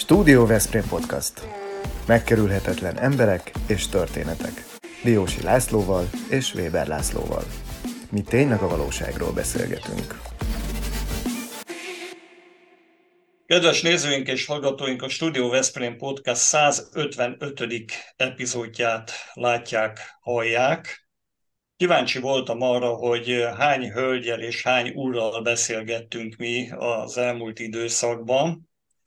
Studio Veszprém Podcast. Megkerülhetetlen emberek és történetek. Diósi Lászlóval és Weber Lászlóval. Mi tényleg a valóságról beszélgetünk. Kedves nézőink és hallgatóink, a Studio Veszprém Podcast 155. epizódját látják, hallják. Kíváncsi voltam arra, hogy hány hölgyel és hány úrral beszélgettünk mi az elmúlt időszakban.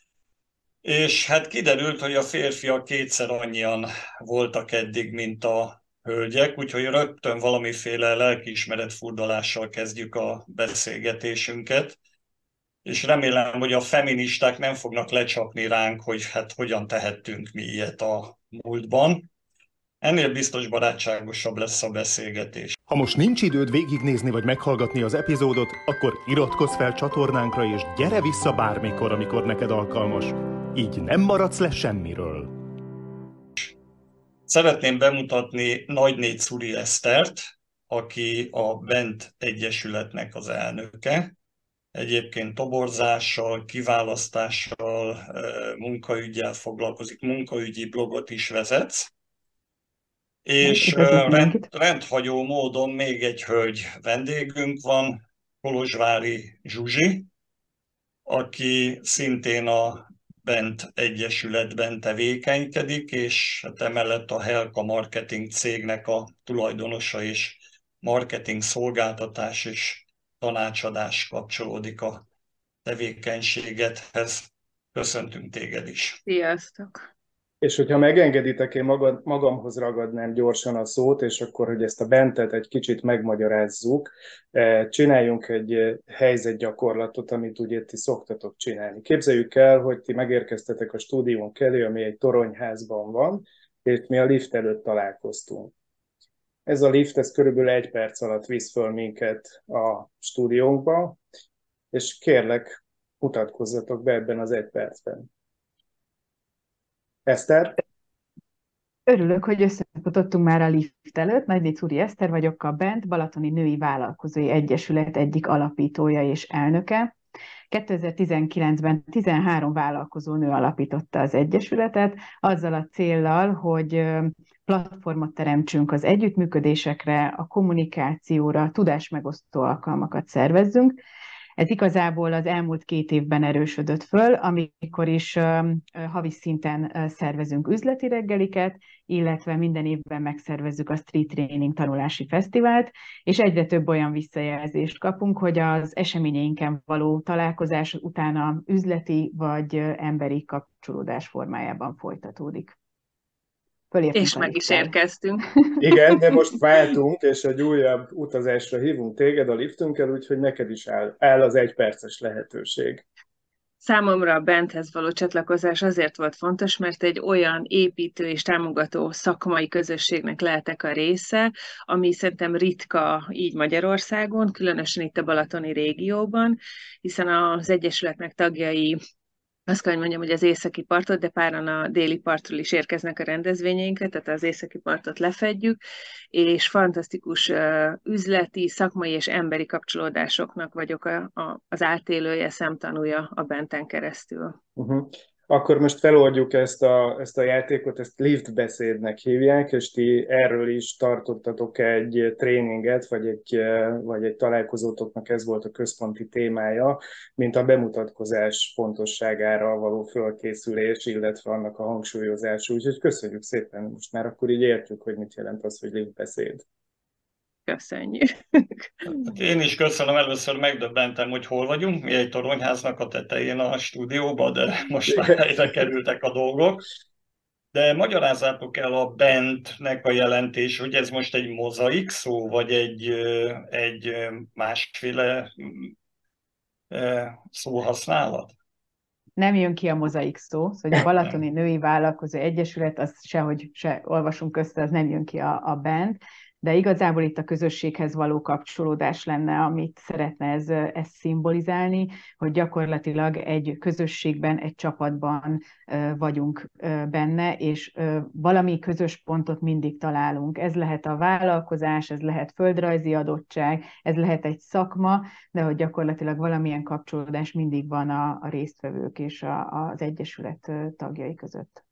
És hát kiderült, hogy a férfiak kétszer annyian voltak eddig, mint a hölgyek, úgyhogy rögtön valamiféle lelkiismeretfurdalással kezdjük a beszélgetésünket. És remélem, hogy a feministák nem fognak lecsapni ránk, hogy hát hogyan tehettünk mi ilyet a múltban. Ennél biztos barátságosabb lesz a beszélgetés. Ha most nincs időd végignézni vagy meghallgatni az epizódot, akkor iratkozz fel csatornánkra és gyere vissza bármikor, amikor neked alkalmas. Így nem maradsz le semmiről. Szeretném bemutatni Nagynégy Szuri Esztert, aki a Bent Egyesületnek az elnöke. Egyébként toborzással, kiválasztással, munkaüggyel foglalkozik, munkaügyi blogot is vezetsz. És rendhagyó módon még egy hölgy vendégünk van, Kolozsvári Zsuzsi, aki szintén a Bent Egyesületben tevékenykedik, és hát emellett a Helka Marketing cégnek a tulajdonosa és marketing szolgáltatás és tanácsadás kapcsolódik a tevékenységedhez. Köszöntünk téged is. Sziasztok! És hogyha megengeditek, én magamhoz ragadnám gyorsan a szót, és akkor, hogy ezt a Bentet egy kicsit megmagyarázzuk, csináljunk egy helyzetgyakorlatot, amit ugye ti szoktatok csinálni. Képzeljük el, hogy ti megérkeztetek a stúdiónk elé, ami egy toronyházban van, és mi a lift előtt találkoztunk. Ez a lift, ez körülbelül 1 perc alatt visz föl minket a stúdiónkba, és kérlek, mutatkozzatok be ebben az 1 percben. Eszter? Örülök, hogy összefutottunk már a lift előtt. Nagynégy Szuri Eszter vagyok, a Bent Balatoni Női Vállalkozói Egyesület egyik alapítója és elnöke. 2019-ben 13 vállalkozó nő alapította az Egyesületet, azzal a céllal, hogy platformot teremtsünk az együttműködésekre, a kommunikációra, tudásmegosztó alkalmakat szervezzünk. Ez igazából az elmúlt 2 évben erősödött föl, amikor is havi szinten szervezünk üzleti reggeliket, illetve minden évben megszervezzük a Street Training tanulási fesztivált, és egyre több olyan visszajelzést kapunk, hogy az eseményeinken való találkozás utána üzleti vagy emberi kapcsolódás formájában folytatódik. És meg is érkeztünk. Igen, de most váltunk, és egy újabb utazásra hívunk téged a liftünkkel, úgyhogy neked is áll az 1 perces lehetőség. Számomra a Benthez való csatlakozás azért volt fontos, mert egy olyan építő és támogató szakmai közösségnek lehetek a része, ami szerintem ritka így Magyarországon, különösen itt a balatoni régióban, hiszen az Egyesületnek tagjai, azt kell, hogy mondjam, hogy az északi partot, de páran a déli partról is érkeznek a rendezvényeinkre, tehát az északi partot lefedjük, és fantasztikus üzleti, szakmai és emberi kapcsolódásoknak vagyok az átélője, szemtanúja a Benten keresztül. Akkor most feloldjuk ezt a játékot, ezt liftbeszédnek hívják, és ti erről is tartottatok egy tréninget, vagy egy találkozótoknak ez volt a központi témája, mint a bemutatkozás fontosságára való fölkészülés, illetve annak a hangsúlyozása. Úgyhogy köszönjük szépen, most már akkor így értjük, hogy mit jelent az, hogy liftbeszéd. Köszönjük. Én is köszönöm, először megdöbbentem, hogy hol vagyunk. Mi egy toronyháznak a tetején a stúdióban, de most már helyre kerültek a dolgok. De magyarázzátok el a Bentnek a jelentés, hogy ez most egy mozaik szó, vagy egy másféle szóhasználat? Nem jön ki a mozaik szó, szóval a Balatoni Női Vállalkozó Egyesület, az sehogy se olvasunk össze, az nem jön ki a Bent. De igazából itt a közösséghez való kapcsolódás lenne, amit szeretne ez szimbolizálni, hogy gyakorlatilag egy közösségben, egy csapatban vagyunk benne, és valami közös pontot mindig találunk. Ez lehet a vállalkozás, ez lehet földrajzi adottság, ez lehet egy szakma, de hogy gyakorlatilag valamilyen kapcsolódás mindig van a résztvevők és az egyesület tagjai között.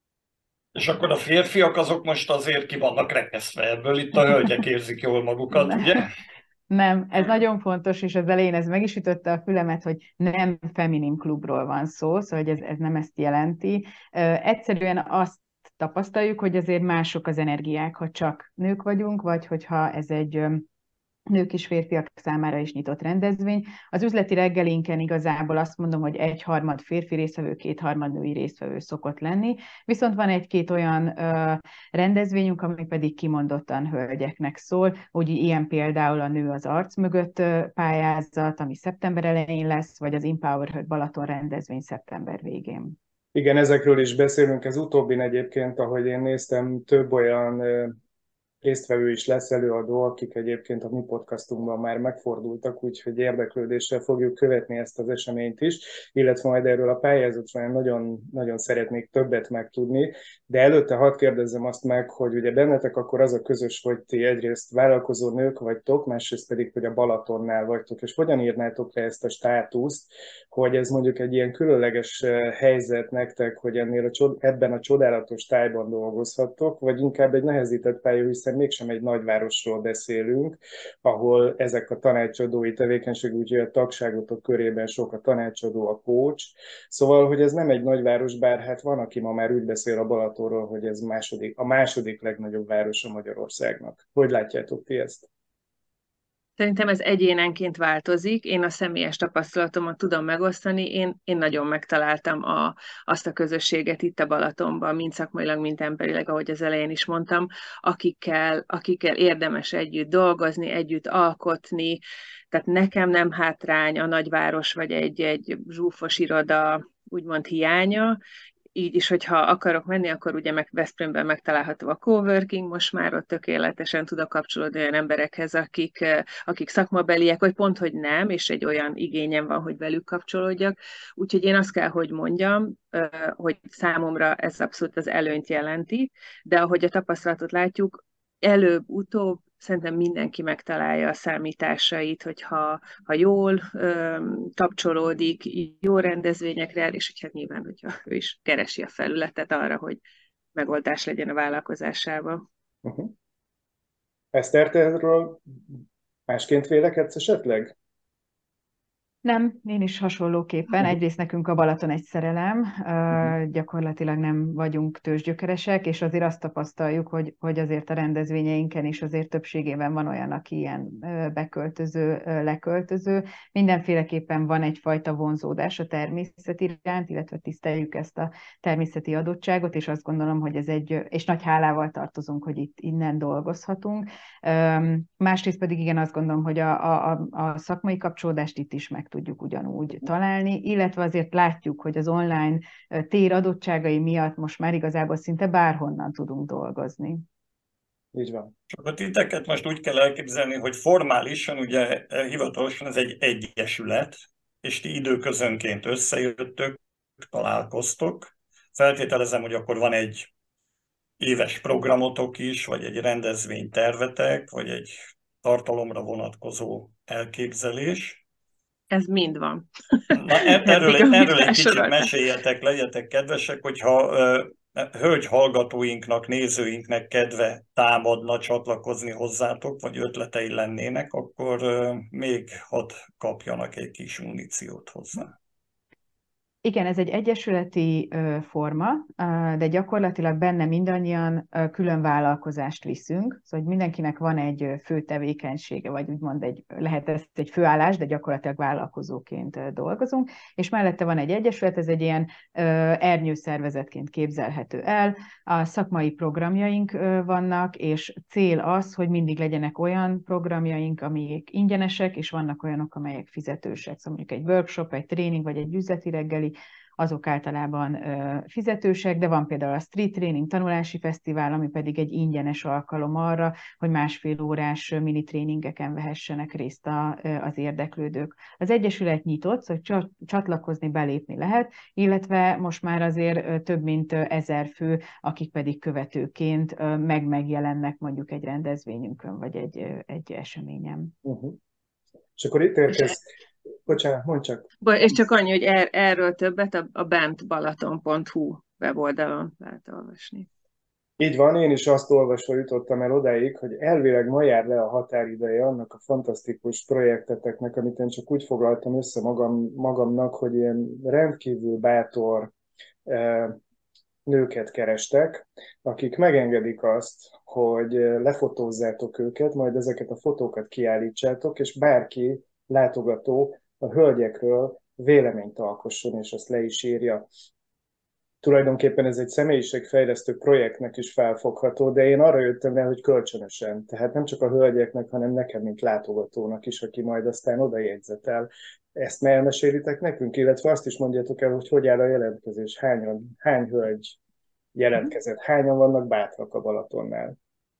És akkor a férfiak azok most azért ki vannak rekesztve ebből, itt a hölgyek érzik jól magukat, ugye? Nem, ez nagyon fontos, és az elején ez meg is ütötte a fülemet, hogy nem feminin klubról van szó, szóval hogy ez nem ezt jelenti. Egyszerűen azt tapasztaljuk, hogy azért mások az energiák, ha csak nők vagyunk, vagy hogyha ez egy nők és férfiak számára is nyitott rendezvény. Az üzleti reggelinken igazából azt mondom, hogy 1/3 férfi résztvevő, 2/3 női résztvevő szokott lenni, viszont van egy-két olyan rendezvényünk, ami pedig kimondottan hölgyeknek szól, úgy ilyen például a Nő az arc mögött pályázat, ami szeptember elején lesz, vagy az Empower Balaton rendezvény szeptember végén. Igen, ezekről is beszélünk. Ez utóbbin egyébként, ahogy én néztem, több olyan résztvevő is lesz, előadó, akik egyébként a mi podcastunkban már megfordultak, úgyhogy érdeklődéssel fogjuk követni ezt az eseményt is, illetve majd erről a pályázatról nagyon, nagyon szeretnék többet megtudni, de előtte hadd kérdezzem azt meg, hogy ugye bennetek akkor az a közös, hogy ti egyrészt vállalkozó nők vagytok, másrészt pedig, hogy a Balatonnál vagytok, és hogyan írnátok le ezt a státuszt, hogy ez mondjuk egy ilyen különleges helyzet nektek, hogy ebben a csodálatos tájban dolgozhattok, vagy inkább egy nehezített pálya, hiszen mégsem egy nagyvárosról beszélünk, ahol ezek a tanácsadói tevékenység, úgyhogy a tagságotok körében sok a tanácsadó, a coach. Szóval, hogy ez nem egy nagyváros, bár hát van, aki ma már úgy beszél a Balatonról, hogy ez a második legnagyobb város a Magyarországnak. Hogy látjátok ti ezt? Szerintem ez egyénenként változik. Én a személyes tapasztalatomat tudom megosztani. Én nagyon megtaláltam azt a közösséget itt a Balatonban, mind szakmailag, mind emberileg, ahogy az elején is mondtam, akikkel érdemes együtt dolgozni, együtt alkotni. Tehát nekem nem hátrány a nagyváros vagy egy zsúfos iroda úgymond hiánya. Így is, hogyha akarok menni, akkor ugye Veszprémben megtalálható a coworking, most már ott tökéletesen tudok kapcsolódni olyan emberekhez, akik szakmabeliek, vagy pont, hogy nem, és egy olyan igényem van, hogy velük kapcsolódjak. Úgyhogy én azt kell, hogy mondjam, hogy számomra ez abszolút az előnyt jelenti, de ahogy a tapasztalatot látjuk, előbb-utóbb szerintem mindenki megtalálja a számításait, hogyha jól kapcsolódik, jó rendezvényekre, és hogy hát nyilván, hogyha ő is keresi a felületet arra, hogy megoldás legyen a vállalkozásában. Eszter, te erről másként vélekedsz esetleg? Nem, én is hasonlóképpen. Egyrészt nekünk a Balaton egy szerelem, gyakorlatilag nem vagyunk tőzsgyökeresek, és azért azt tapasztaljuk, hogy azért a rendezvényeinken is azért többségében van olyan, aki ilyen beköltöző, leköltöző. Mindenféleképpen van egyfajta vonzódás a természet iránt, illetve tiszteljük ezt a természeti adottságot, és azt gondolom, hogy és nagy hálával tartozunk, hogy itt innen dolgozhatunk. Másrészt pedig igen, azt gondolom, hogy a szakmai kapcsolódást itt is meg tudjuk ugyanúgy találni, illetve azért látjuk, hogy az online tér adottságai miatt most már igazából szinte bárhonnan tudunk dolgozni. Így van. Csak a titeket most úgy kell elképzelni, hogy formálisan, ugye hivatalosan ez egy egyesület, és ti időközönként összejöttök, találkoztok. Feltételezem, hogy akkor van egy éves programotok is, vagy egy rendezvénytervetek, vagy egy tartalomra vonatkozó elképzelés. Ez mind van. Na, erről egy kicsit meséljetek, legyetek kedvesek, hogyha hölgy hallgatóinknak, nézőinknek kedve támadna csatlakozni hozzátok, vagy ötletei lennének, akkor még hadd kapjanak egy kis muníciót hozzá. Igen, ez egy egyesületi forma, de gyakorlatilag benne mindannyian külön vállalkozást viszünk, szóval mindenkinek van egy fő tevékenysége, vagy úgymond lehet ez egy főállás, de gyakorlatilag vállalkozóként dolgozunk, és mellette van egy egyesület, ez egy ilyen ernyőszervezetként képzelhető el, a szakmai programjaink vannak, és cél az, hogy mindig legyenek olyan programjaink, amik ingyenesek, és vannak olyanok, amelyek fizetősek, szóval mondjuk egy workshop, egy tréning, vagy egy üzleti reggeli, fesztiváljai, azok általában fizetősek, de van például a Street Training tanulási fesztivál, ami pedig egy ingyenes alkalom arra, hogy másfél órás mini tréningeken vehessenek részt az érdeklődők. Az Egyesület nyitott, szóval csatlakozni, belépni lehet, illetve most már azért több mint 1000 fő, akik pedig követőként megjelennek mondjuk egy rendezvényünkön, vagy egy eseményen. És akkor itt érkez... Bocsánat, mondd csak. És csak annyi, hogy erről többet a bentbalaton.hu weboldalon lehet olvasni. Így van, én is azt olvasva jutottam el odáig, hogy elvileg ma jár le a határideje annak a fantasztikus projekteteknek, amit én csak úgy foglaltam össze magamnak, hogy ilyen rendkívül bátor nőket kerestek, akik megengedik azt, hogy lefotózzátok őket, majd ezeket a fotókat kiállítsátok, és bárki látogató a hölgyekről véleményt alkosson, és azt le is írja. Tulajdonképpen ez egy személyiségfejlesztő projektnek is felfogható, de én arra jöttem el, hogy kölcsönösen. Tehát nem csak a hölgyeknek, hanem nekem, mint látogatónak is, aki majd aztán odajegyzetel. Ezt elmesélitek nekünk, illetve azt is mondjátok el, hogy áll a jelentkezés, hány hölgy jelentkezett, hányan vannak bátrak a Balatonnál.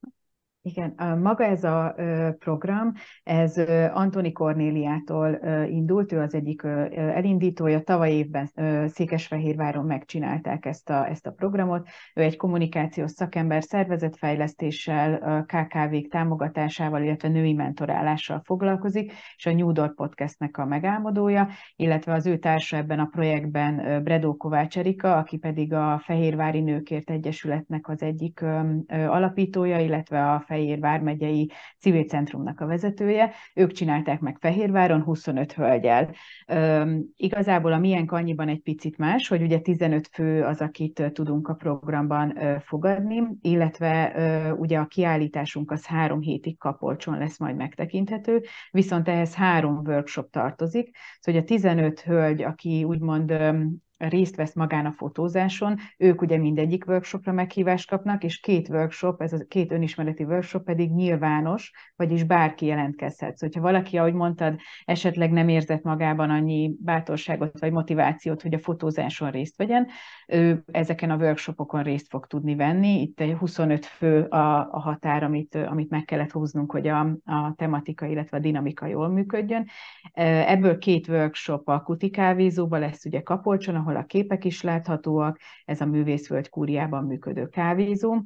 Igen, maga ez a program, ez Antoni Kornéliától indult, ő az egyik elindítója, tavaly évben Székesfehérváron megcsinálták ezt a programot. Ő egy kommunikációs szakember, szervezetfejlesztéssel, KKV-k támogatásával, illetve női mentorálással foglalkozik, és a New Door Podcastnek a megálmodója, illetve az ő társa ebben a projektben Bredó Kovács Erika, aki pedig a Fehérvári Nőkért Egyesületnek az egyik alapítója, illetve a Fejér vármegyei civil centrumnak a vezetője. Ők csinálták meg Fehérváron 25 hölgyel. Igazából a miénk annyiban egy picit más, hogy ugye 15 fő az, akit tudunk a programban fogadni, illetve ugye a kiállításunk az 3 hétig Kapolcson lesz majd megtekinthető, viszont ehhez 3 workshop tartozik, szóval a 15 hölgy, aki úgymond részt vesz magán a fotózáson, ők ugye mindegyik workshopra meghívást kapnak, és 2 workshop, ez a 2 önismereti workshop pedig nyilvános, vagyis bárki jelentkezhet. Szóval, ha valaki, ahogy mondtad, esetleg nem érzett magában annyi bátorságot vagy motivációt, hogy a fotózáson részt vegyen, ő ezeken a workshopokon részt fog tudni venni. Itt egy 25 fő a határ, amit meg kellett húznunk, hogy a tematika, illetve a dinamika jól működjön. Ebből 2 workshop a Kuti kávézóban lesz ugye Kapolcson, ahol a képek is láthatóak, ez a Művészvölgy Kúriában működő kávézó,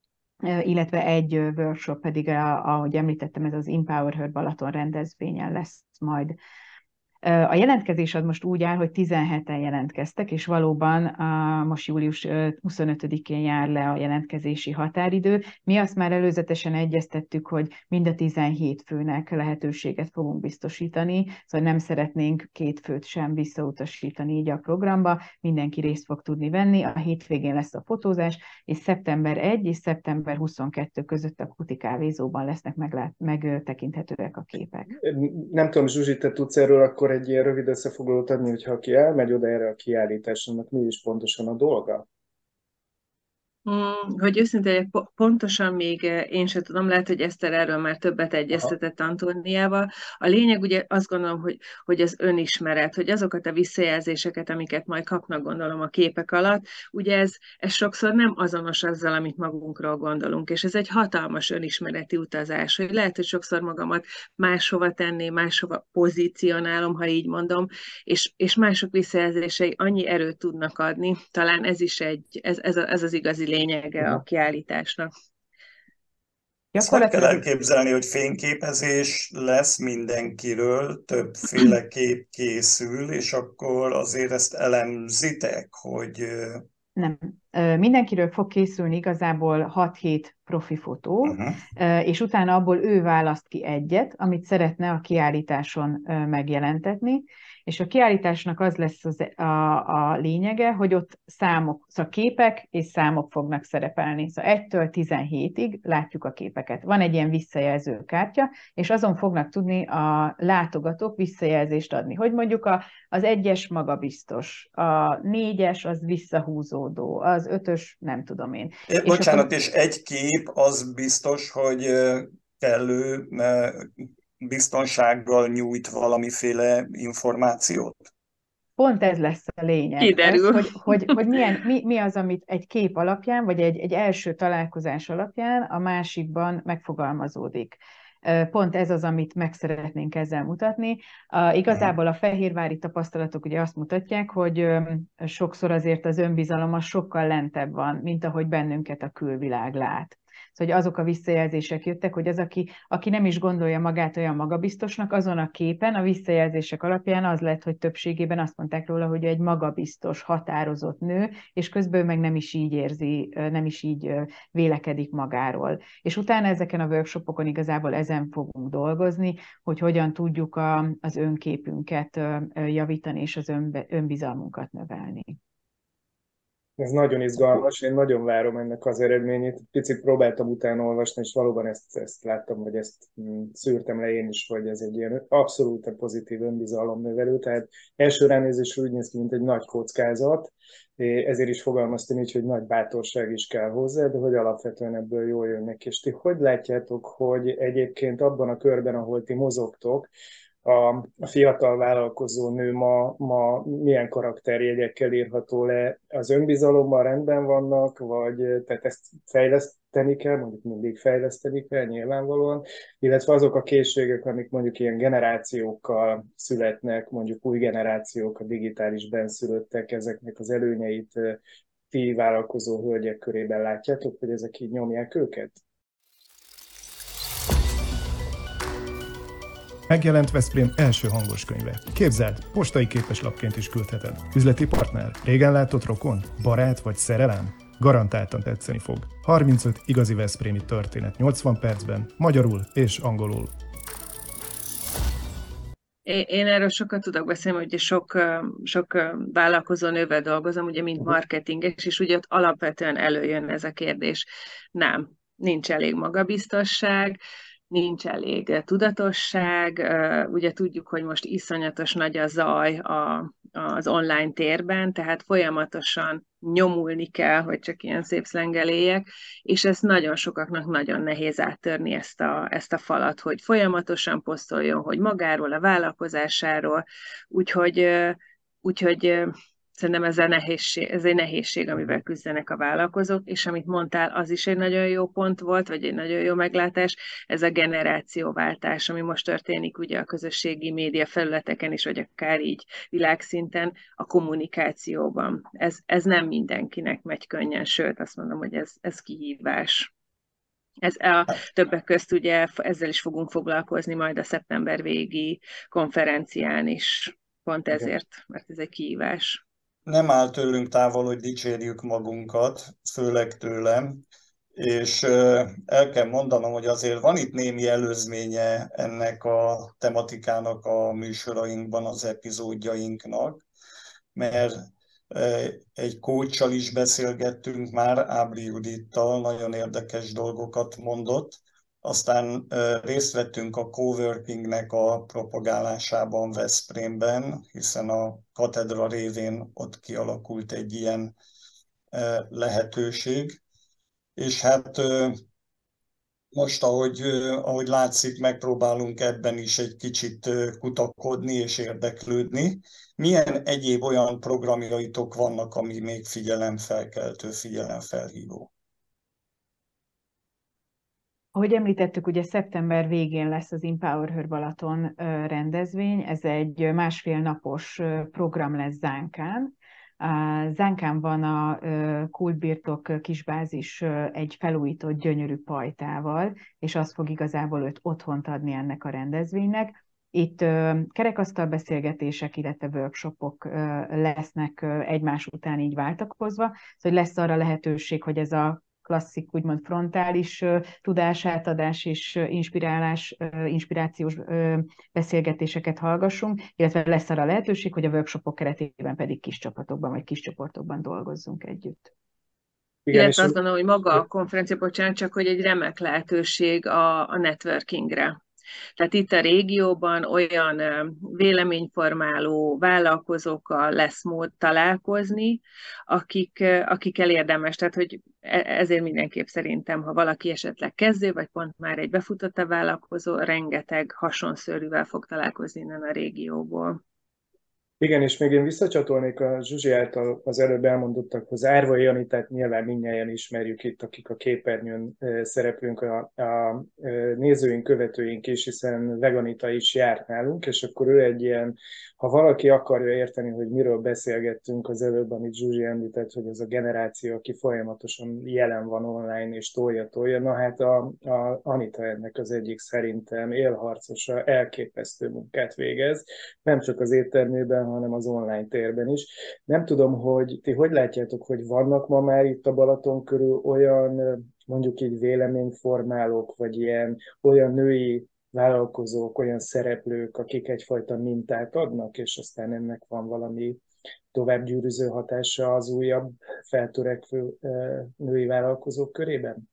illetve egy workshop pedig, ahogy említettem, ez az Empower Her Balaton rendezvényen lesz majd. A jelentkezés az most úgy áll, hogy 17-en jelentkeztek, és valóban most július 25-én jár le a jelentkezési határidő. Mi azt már előzetesen egyeztettük, hogy mind a 17 főnek lehetőséget fogunk biztosítani, szóval nem szeretnénk 2 főt sem visszautasítani így a programba, mindenki részt fog tudni venni, a hétvégén lesz a fotózás, és szeptember 1 és szeptember 22 között a Kuti kávézóban lesznek megtekinthetőek a képek. Nem tudom, Zsuzsi, te tudsz erről akkor egy ilyen rövid összefoglalót adni, hogyha aki elmegy oda erre a kiállításnak, mi is pontosan a dolga? Hogy őszintén pontosan még én sem tudom, lehet, hogy Eszter erről már többet egyeztetett Antóniával. A lényeg ugye azt gondolom, hogy az önismeret, hogy azokat a visszajelzéseket, amiket majd kapnak, gondolom, a képek alatt, ugye ez sokszor nem azonos azzal, amit magunkról gondolunk, és ez egy hatalmas önismereti utazás, hogy lehet, hogy sokszor magamat máshova tenni, máshova pozícionálom, ha így mondom, és mások visszajelzései annyi erőt tudnak adni, talán ez is ez az igazi lényege a kiállításnak. Ezt meg kell elképzelni, hogy fényképezés lesz mindenkiről, többféle kép készül, és akkor azért ezt elemzitek, hogy... Nem. Mindenkiről fog készülni igazából 6-7 profi fotó, és utána abból ő választ ki egyet, amit szeretne a kiállításon megjelentetni, és a kiállításnak az lesz a lényege, hogy ott számok, szóval képek és számok fognak szerepelni. Szóval 1-től 17-ig látjuk a képeket. Van egy ilyen visszajelző kártya, és azon fognak tudni a látogatók visszajelzést adni. Hogy mondjuk az 1-es magabiztos, a 4-es az visszahúzódó, az 5-ös nem tudom én. Bocsánat, és egy kép az biztos, hogy kellő biztonsággal nyújt valamiféle információt? pont ez lesz a lényeg, Kiderül. hogy mi az, amit egy kép alapján, vagy egy első találkozás alapján a másikban megfogalmazódik. Pont ez az, amit meg szeretnénk ezzel mutatni. Igazából a fehérvári tapasztalatok ugye azt mutatják, hogy sokszor azért az önbizalom az sokkal lentebb van, mint ahogy bennünket a külvilág lát. Szóval hogy azok a visszajelzések jöttek, hogy az, aki nem is gondolja magát olyan magabiztosnak, azon a képen, a visszajelzések alapján az lett, hogy többségében azt mondták róla, hogy egy magabiztos, határozott nő, és közben meg nem is így érzi, nem is így vélekedik magáról. És utána ezeken a workshopokon igazából ezen fogunk dolgozni, hogy hogyan tudjuk az önképünket javítani, és az önbizalmunkat növelni. Ez nagyon izgalmas, én nagyon várom ennek az eredményét. Picit próbáltam utána olvasni, és valóban ezt láttam, hogy ezt szűrtem le én is, hogy ez egy ilyen abszolút pozitív önbizalomnövelő. Tehát első ránézésre úgy néz ki, mint egy nagy kockázat, ezért is fogalmaztam így, hogy nagy bátorság is kell hozzá, de hogy alapvetően ebből jól jönnek. És ti hogy látjátok, hogy egyébként abban a körben, ahol ti mozogtok, a fiatal vállalkozó nő ma milyen karakterjegyekkel írható le? Az önbizalommal rendben vannak, vagy tehát ezt fejleszteni kell, mondjuk mindig fejleszteni kell nyilvánvalóan, illetve azok a készségek, amik mondjuk ilyen generációkkal születnek, mondjuk új generációk, a digitális benszülöttek, ezeknek az előnyeit ti vállalkozó hölgyek körében látjátok, hogy ezek így nyomják őket? Megjelent Veszprém első hangos könyve. Képzeld, postai képeslapként is küldheted. Üzleti partner? Régen látott rokon? Barát vagy szerelem? Garantáltan tetszeni fog. 35 igazi veszprémi történet 80 percben, magyarul és angolul. Én erről sokat tudok beszélni, hogy sok vállalkozó nővel dolgozom, ugye mint marketinges, és ugye ott alapvetően előjön ez a kérdés. Nem, nincs elég magabiztosság, nincs elég tudatosság, ugye tudjuk, hogy most iszonyatos nagy a zaj az online térben, tehát folyamatosan nyomulni kell, hogy csak ilyen szép szlenggel éljek, és ez nagyon sokaknak nagyon nehéz áttörni ezt a falat, hogy folyamatosan posztoljon, hogy magáról, a vállalkozásáról, úgyhogy szerintem ez egy nehézség, amivel küzdenek a vállalkozók, és amit mondtál, az is egy nagyon jó pont volt, vagy egy nagyon jó meglátás, ez a generációváltás, ami most történik ugye a közösségi média felületeken is, vagy akár így világszinten a kommunikációban. Ez nem mindenkinek megy könnyen, sőt azt mondom, hogy ez kihívás. Többek közt ugye ezzel is fogunk foglalkozni majd a szeptember végi konferencián is, pont ezért, mert ez egy kihívás. Nem áll tőlünk távol, hogy dicsérjük magunkat, főleg tőlem, és el kell mondanom, hogy azért van itt némi előzménye ennek a tematikának a műsorainkban, az epizódjainknak, mert egy coachsal is beszélgettünk már, Ábri Judittal, nagyon érdekes dolgokat mondott, aztán részt vettünk a coworkingnek a propagálásában Veszprémben, hiszen a katedra révén ott kialakult egy ilyen lehetőség. És hát most, ahogy látszik, megpróbálunk ebben is egy kicsit kutakodni és érdeklődni. Milyen egyéb olyan programjaitok vannak, ami még figyelemfelkeltő, figyelemfelhívó? Ahogy említettük, ugye szeptember végén lesz az Empower Her Balaton rendezvény, ez egy 1,5 napos program lesz Zánkán. Zánkán van a Kultbirtok kisbázis egy felújított gyönyörű pajtával, és az fog igazából őt otthont adni ennek a rendezvénynek. Itt kerekasztal beszélgetések, illetve workshopok lesznek egymás után így váltakozva, szóval lesz arra lehetőség, hogy ez a klasszik, úgymond frontális tudásátadás és inspirációs beszélgetéseket hallgassunk, illetve lesz arra lehetőség, hogy a workshopok keretében pedig kis csapatokban vagy kis csoportokban dolgozzunk együtt. Igen, illetve azt gondolom, hogy maga a konferencia, bocsánat, csak hogy egy remek lehetőség a networkingre. Tehát itt a régióban olyan véleményformáló vállalkozókkal lesz mód találkozni, akikkel érdemes. Tehát, hogy ezért mindenképp szerintem, ha valaki esetleg kezdő, vagy pont már egy befutottabb vállalkozó, rengeteg hasonszörűvel fog találkozni innen a régióból. Igen, és még én visszacsatolnék a Zsuzsi által az előbb elmondottakhoz. Árvai Janitát nyilván mindnyájan ismerjük itt, akik a képernyőn szereplünk, a nézőink, követőink is, hiszen Veganita is járt nálunk, és akkor ő egy ilyen, ha valaki akarja érteni, hogy miről beszélgettünk az előbb, amit Zsuzsi említett, hogy ez a generáció, aki folyamatosan jelen van online és tolja, na hát a Anita ennek az egyik szerintem élharcosa, elképesztő munkát végez, nem csak az éttermében, hanem az online térben is. Nem tudom, hogy ti hogy látjátok, hogy vannak ma már itt a Balaton körül olyan, mondjuk így véleményformálók, vagy olyan női vállalkozók, olyan szereplők, akik egyfajta mintát adnak, és aztán ennek van valami továbbgyűrűző hatása az újabb feltörekvő női vállalkozók körében?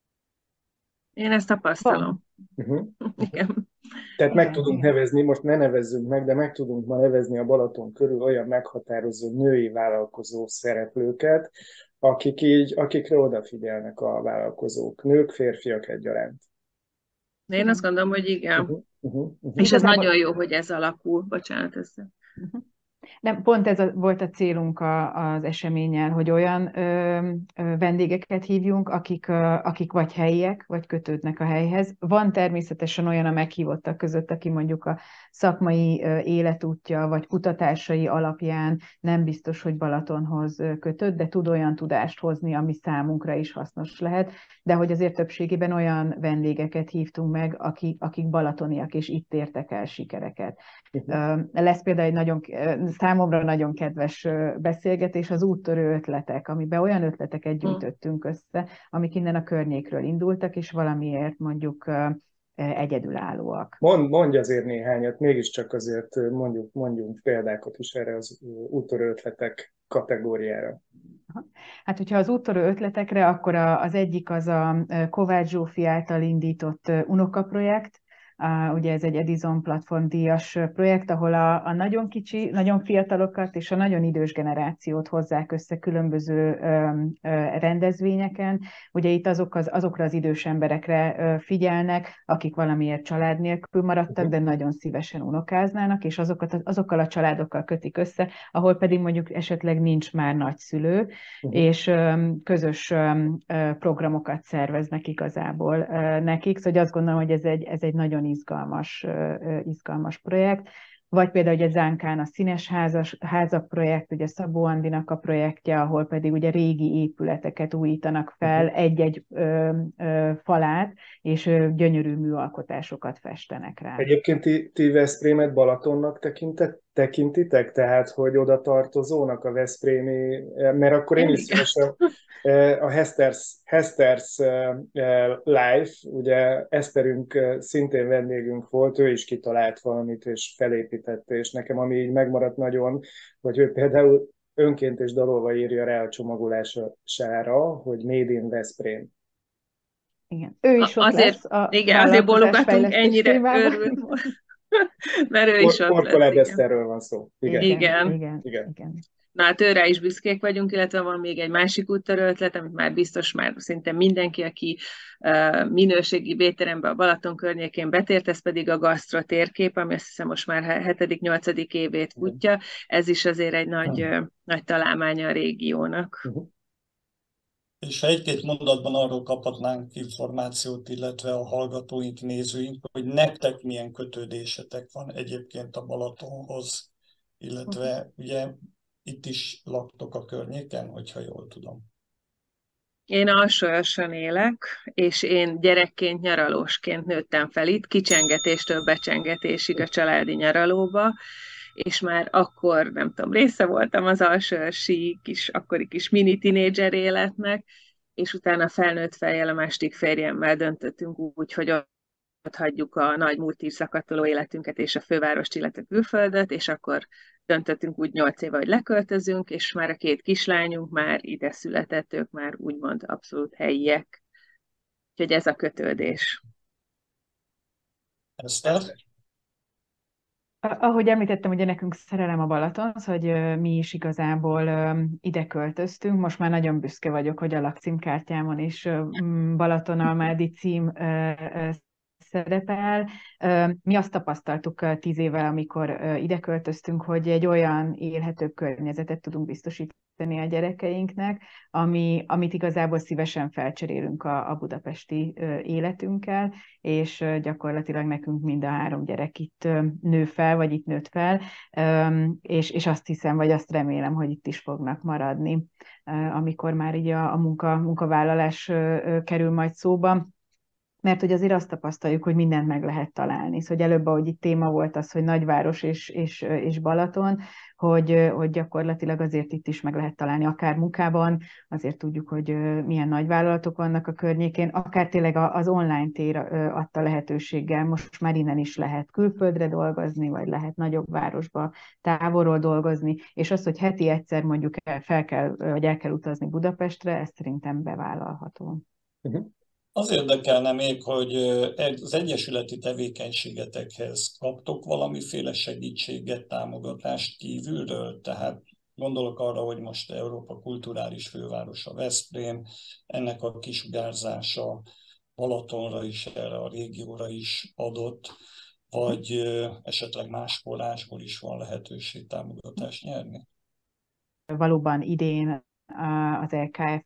Én ezt tapasztalom. Uh-huh. Igen. Tehát Igen, meg tudunk igen. nevezni, most ne nevezzünk meg, de meg tudunk ma nevezni a Balaton körül olyan meghatározó női vállalkozó szereplőket, akikre odafigyelnek a vállalkozók, nők, férfiak egyaránt. De én azt gondolom, hogy igen. És ez Igazából- nagyon jó, hogy ez alakul. Bocsánat, össze. Nem, pont ez volt a célunk az eseménnyel, hogy olyan vendégeket hívjunk, akik vagy helyiek, vagy kötődnek a helyhez. Van természetesen olyan a meghívottak között, aki mondjuk a szakmai életútja, vagy kutatásai alapján nem biztos, hogy Balatonhoz kötött, de tud olyan tudást hozni, ami számunkra is hasznos lehet. De hogy azért többségében olyan vendégeket hívtunk meg, akik balatoniak, és itt értek el sikereket. Lesz például egy számomra nagyon kedves beszélgetés, az úttörő ötletek, amiben olyan ötleteket gyűjtöttünk össze, amik innen a környékről indultak, és valamiért mondjuk egyedülállóak. Mondj azért néhányat, mégiscsak azért mondjunk példákat is erre az úttörő ötletek kategóriára. Hát, hogyha az úttörő ötletekre, akkor az egyik az a Kovács Zsófi által indított unokaprojekt. Ugye ez egy Edison platform díjas projekt, ahol a nagyon kicsi, nagyon fiatalokat és a nagyon idős generációt hozzák össze különböző rendezvényeken. Ugye itt azokra az idős emberekre figyelnek, akik valamiért család nélkül maradtak, de nagyon szívesen unokáznának, és azokkal a családokkal kötik össze, ahol pedig mondjuk esetleg nincs már nagyszülő, és közös programokat szerveznek igazából nekik. Szóval azt gondolom, hogy ez egy nagyon izgalmas projekt. Vagy például ugye Zánkán a Színes házak projekt, ugye Szabó Andinak a projektje, ahol pedig ugye régi épületeket újítanak fel, egy-egy falát, és gyönyörű műalkotásokat festenek rá. Egyébként ti Veszprémet Balatonnak tekintitek? Tehát, hogy oda tartozónak a veszprémi, mert akkor én is szívesen a Hester's Life, ugye Eszterünk szintén vendégünk volt, ő is kitalált valamit és felépítette, és nekem ami így megmaradt nagyon, hogy ő például önként és dalolva írja rá a csomagolására, hogy Made in Veszprém. Igen. Ő is ott azért, lesz igen, azért bólogatunk, ennyire örült, mert ő is ott Porkolád lesz. Eszterről van szó. Igen. Na hát őre is büszkék vagyunk, illetve van még egy másik úttörő ötlet, amit már biztos szinte mindenki, aki minőségi étterembe a Balaton környékén betért, ez pedig a gasztro térkép, ami azt hiszem most már 7.-8. évét futja. Ez is azért egy nagy találmánya a régiónak. És ha egy-két mondatban arról kaphatnánk információt, illetve a hallgatóink, nézőink, hogy nektek milyen kötődésetek van egyébként a Balatonhoz, illetve ugye itt is laktok a környéken, hogyha jól tudom. Én Alsóörsen élek, és én gyerekként, nyaralósként nőttem fel itt, kicsengetéstől becsengetésig a családi nyaralóba, és már akkor, nem tudom, része voltam az alsóörsi akkori kis mini tinédzser életnek, és utána felnőtt fejjel a második férjemmel döntöttünk úgy, hogy ott hagyjuk a nagy múltig szakadtoló életünket és a fővárost, illetve külföldöt, és akkor döntöttünk úgy 8 éve, hogy leköltözünk, és már a 2 kislányunk már ide született, ők már úgymond abszolút helyiek. Úgyhogy ez a kötődés. Eszter? Ahogy említettem, ugye nekünk szerelem a Balaton, hogy mi is igazából ide költöztünk. Most már nagyon büszke vagyok, hogy a lakcímkártyámon is Balatonalmádi cím szerepel. Mi azt tapasztaltuk 10 évvel, amikor ide költöztünk, hogy egy olyan élhetőbb környezetet tudunk biztosítani a gyerekeinknek, amit igazából szívesen felcserélünk a budapesti életünkkel, és gyakorlatilag nekünk mind a 3 gyerek itt nő fel, vagy itt nőtt fel, és azt hiszem, vagy azt remélem, hogy itt is fognak maradni, amikor már így a munkavállalás kerül majd szóba. Mert hogy azért azt tapasztaljuk, hogy mindent meg lehet találni. Szóval előbb, ahogy itt téma volt az, hogy nagyváros és Balaton, hogy gyakorlatilag azért itt is meg lehet találni, akár munkában, azért tudjuk, hogy milyen nagyvállalatok vannak a környékén, akár tényleg az online tér adta lehetőséggel, most már innen is lehet külföldre dolgozni, vagy lehet nagyobb városba távolról dolgozni, és az, hogy heti egyszer mondjuk el kell utazni Budapestre, ez szerintem bevállalható. Az érdekelne még, hogy az egyesületi tevékenységetekhez kaptok valamiféle segítséget, támogatást kívülről? Tehát gondolok arra, hogy most Európa kulturális fővárosa Veszprém, ennek a kisugárzása Balatonra is, erre a régióra is adott, vagy esetleg más forrásból is van lehetőség támogatást nyerni? Valóban idén az LKF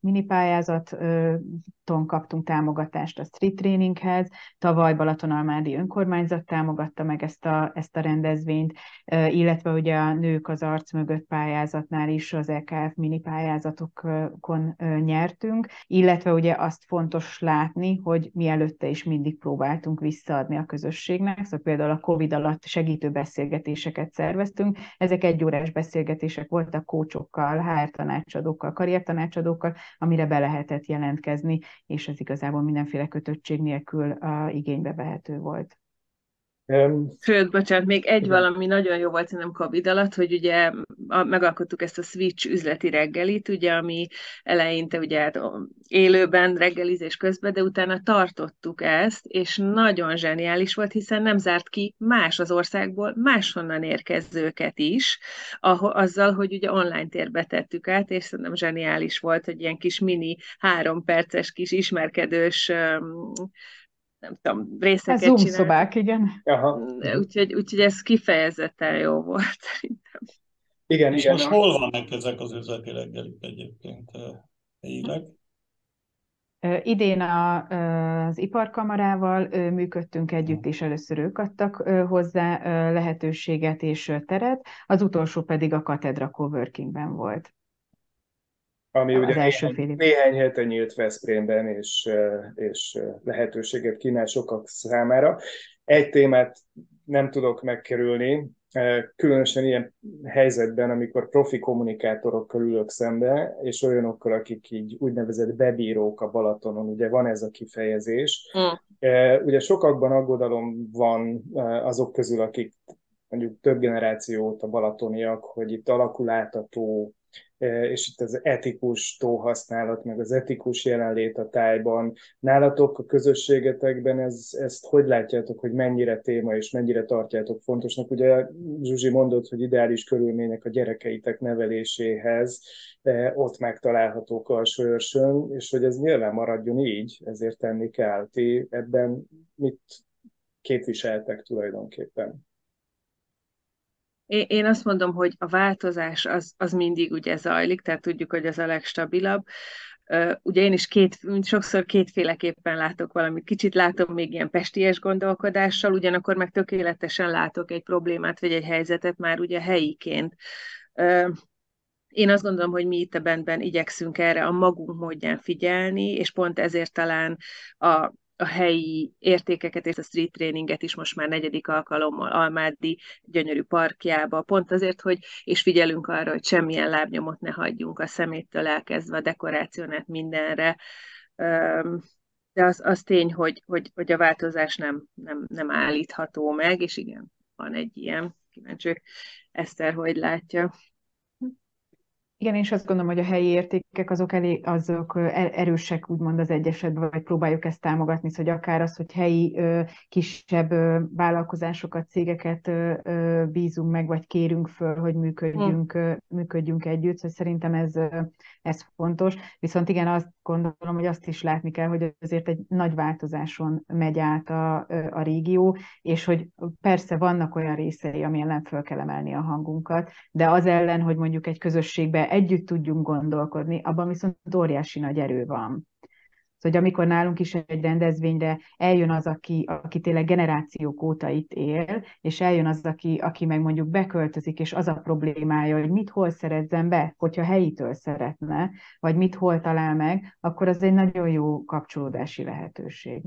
minipályázaton kaptunk támogatást a street traininghez, tavaly Balatonalmádi önkormányzat támogatta meg ezt a rendezvényt, illetve ugye a Nők az arc mögött pályázatnál is az LKF minipályázatokon nyertünk, illetve ugye azt fontos látni, hogy mi előtte is mindig próbáltunk visszaadni a közösségnek, szóval például a Covid alatt segítő beszélgetéseket szerveztünk, ezek 1 órás beszélgetések voltak coachokkal, HR tanácsadókkal, karriertanácsadókkal, amire be lehetett jelentkezni, és ez igazából mindenféle kötöttség nélkül igénybe vehető volt. Sőt, bocsánat, még egy valami nagyon jó volt szerintem Covid alatt, hogy ugye megalkottuk ezt a Switch üzleti reggelit, ugye, ami eleinte ugye hát élőben reggelizés közben, de utána tartottuk ezt, és nagyon zseniális volt, hiszen nem zárt ki más az országból, máshonnan érkezőket is, azzal, hogy ugye online térbe tettük át, és szerintem zseniális volt, hogy ilyen kis mini 3 perces kis ismerkedős nem tudom, részeket Zoom csináltunk. szobák, igen. Úgyhogy ez kifejezetten jó volt szerintem. Igen, és igen. most hol vannak ezek az üzleti reggelik egyébként helyileg? Idén az iparkamarával működtünk együtt, és először ők adtak hozzá lehetőséget és teret, az utolsó pedig a Katedra Coworkingben volt. Ami ugye az első fél év. néhány hete nyílt Veszprémben, és lehetőséget kínál sokak számára. Egy témát nem tudok megkerülni, különösen ilyen helyzetben, amikor profi kommunikátorokkal ülök szembe, és olyanokkal, akik így úgynevezett bebírók a Balatonon, ugye van ez a kifejezés. Ugye sokakban aggodalom van azok közül, akik mondjuk több generáció óta balatoniak, hogy itt alakul át a tó, és itt az etikus tóhasználat, meg az etikus jelenlét a tájban. Nálatok a közösségetekben ezt hogy látjátok, hogy mennyire téma, és mennyire tartjátok fontosnak? Ugye Zsuzsi mondott, hogy ideális körülmények a gyerekeitek neveléséhez ott megtalálhatók Alsóörsön, és hogy ez nyilván maradjon így, ezért tenni kell. Ti ebben mit képviseltek tulajdonképpen? Én azt mondom, hogy a változás az mindig ugye zajlik, tehát tudjuk, hogy ez a legstabilabb. Ugye én is sokszor kétféleképpen látok valamit. Kicsit látom még ilyen pesties gondolkodással, ugyanakkor meg tökéletesen látok egy problémát, vagy egy helyzetet már ugye helyiként. Én azt gondolom, hogy mi itt a bandben igyekszünk erre a magunk módján figyelni, és pont ezért talán a helyi értékeket és a street traininget is most már 4. alkalommal Almádi gyönyörű parkjába, pont azért, hogy és figyelünk arra, hogy semmilyen lábnyomot ne hagyjunk a szeméttől elkezdve a dekorációnát mindenre. De az tény, hogy a változás nem állítható meg, és igen, van egy ilyen, kíváncsi Eszter, hogy látja. Igen, és azt gondolom, hogy a helyi értékek azok erősek, úgymond az egyesetben, vagy próbáljuk ezt támogatni, hogy akár az, hogy helyi kisebb vállalkozásokat, cégeket bízunk meg, vagy kérünk föl, hogy működjünk együtt, hogy szerintem ez fontos. Viszont igen, azt gondolom, hogy azt is látni kell, hogy azért egy nagy változáson megy át a régió, és hogy persze vannak olyan részei, ami ellen föl kell emelni a hangunkat, de az ellen, hogy mondjuk egy közösségbe együtt tudjunk gondolkodni, abban viszont óriási nagy erő van. Szóval, hogy amikor nálunk is egy rendezvényre eljön az, aki tényleg generációk óta itt él, és eljön az, aki meg mondjuk beköltözik, és az a problémája, hogy mit hol szerezzen be, hogyha helyitől szeretne, vagy mit hol talál meg, akkor az egy nagyon jó kapcsolódási lehetőség.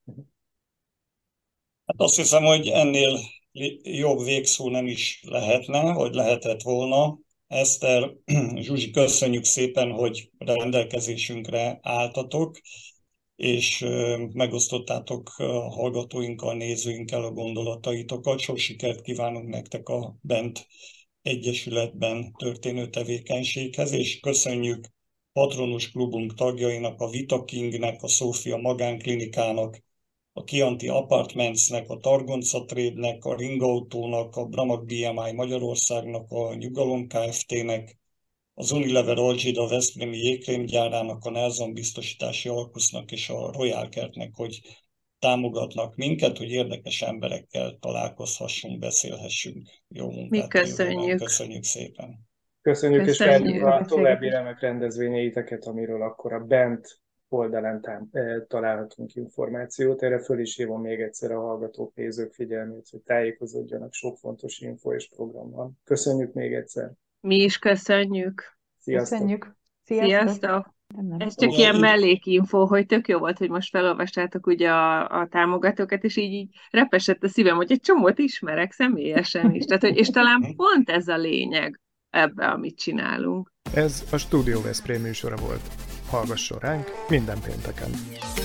Hát azt hiszem, hogy ennél jobb végszó nem is lehetne, vagy lehetett volna. Eszter, Zsuzsi, köszönjük szépen, hogy rendelkezésünkre álltatok, és megosztottátok a hallgatóinkkal, nézőinkkel a gondolataitokat. Sok sikert kívánunk nektek a Bent Egyesületben történő tevékenységhez, és köszönjük Patronus Klubunk tagjainak, a Vita Kingnek, a Szófia Magánklinikának, a Chianti Apartmentsnek, a Targonca Trade-nek, a Ringautónak, a Bramag BMI Magyarországnak, a Nyugalom Kft-nek, az Unilever Algida Veszprémi jégkrémgyárának, a Nelson Biztosítási Alkusznak és a Royal Kertnek, hogy támogatnak minket, hogy érdekes emberekkel találkozhassunk, beszélhessünk. Jó munkát! Mi köszönjük! Köszönjük szépen! Köszönjük, és várjuk a további remek rendezvényeiteket, amiről akkor a Bent oldalán találhatunk információt. Erre föl is hívom még egyszer a hallgatók, nézők figyelmét, hogy tájékozódjanak, sok fontos info és program van. Köszönjük még egyszer! Mi is köszönjük! Sziasztok! Köszönjük! Sziasztok! Ez csak ilyen mellékinfo, hogy tök jó volt, hogy most felolvastátok ugye a támogatókat, és így repesett a szívem, hogy egy csomót ismerek személyesen is. Tehát, és talán pont ez a lényeg ebbe, amit csinálunk. Ez a Studio Veszprém műsora volt. Hallgasson ránk minden pénteken!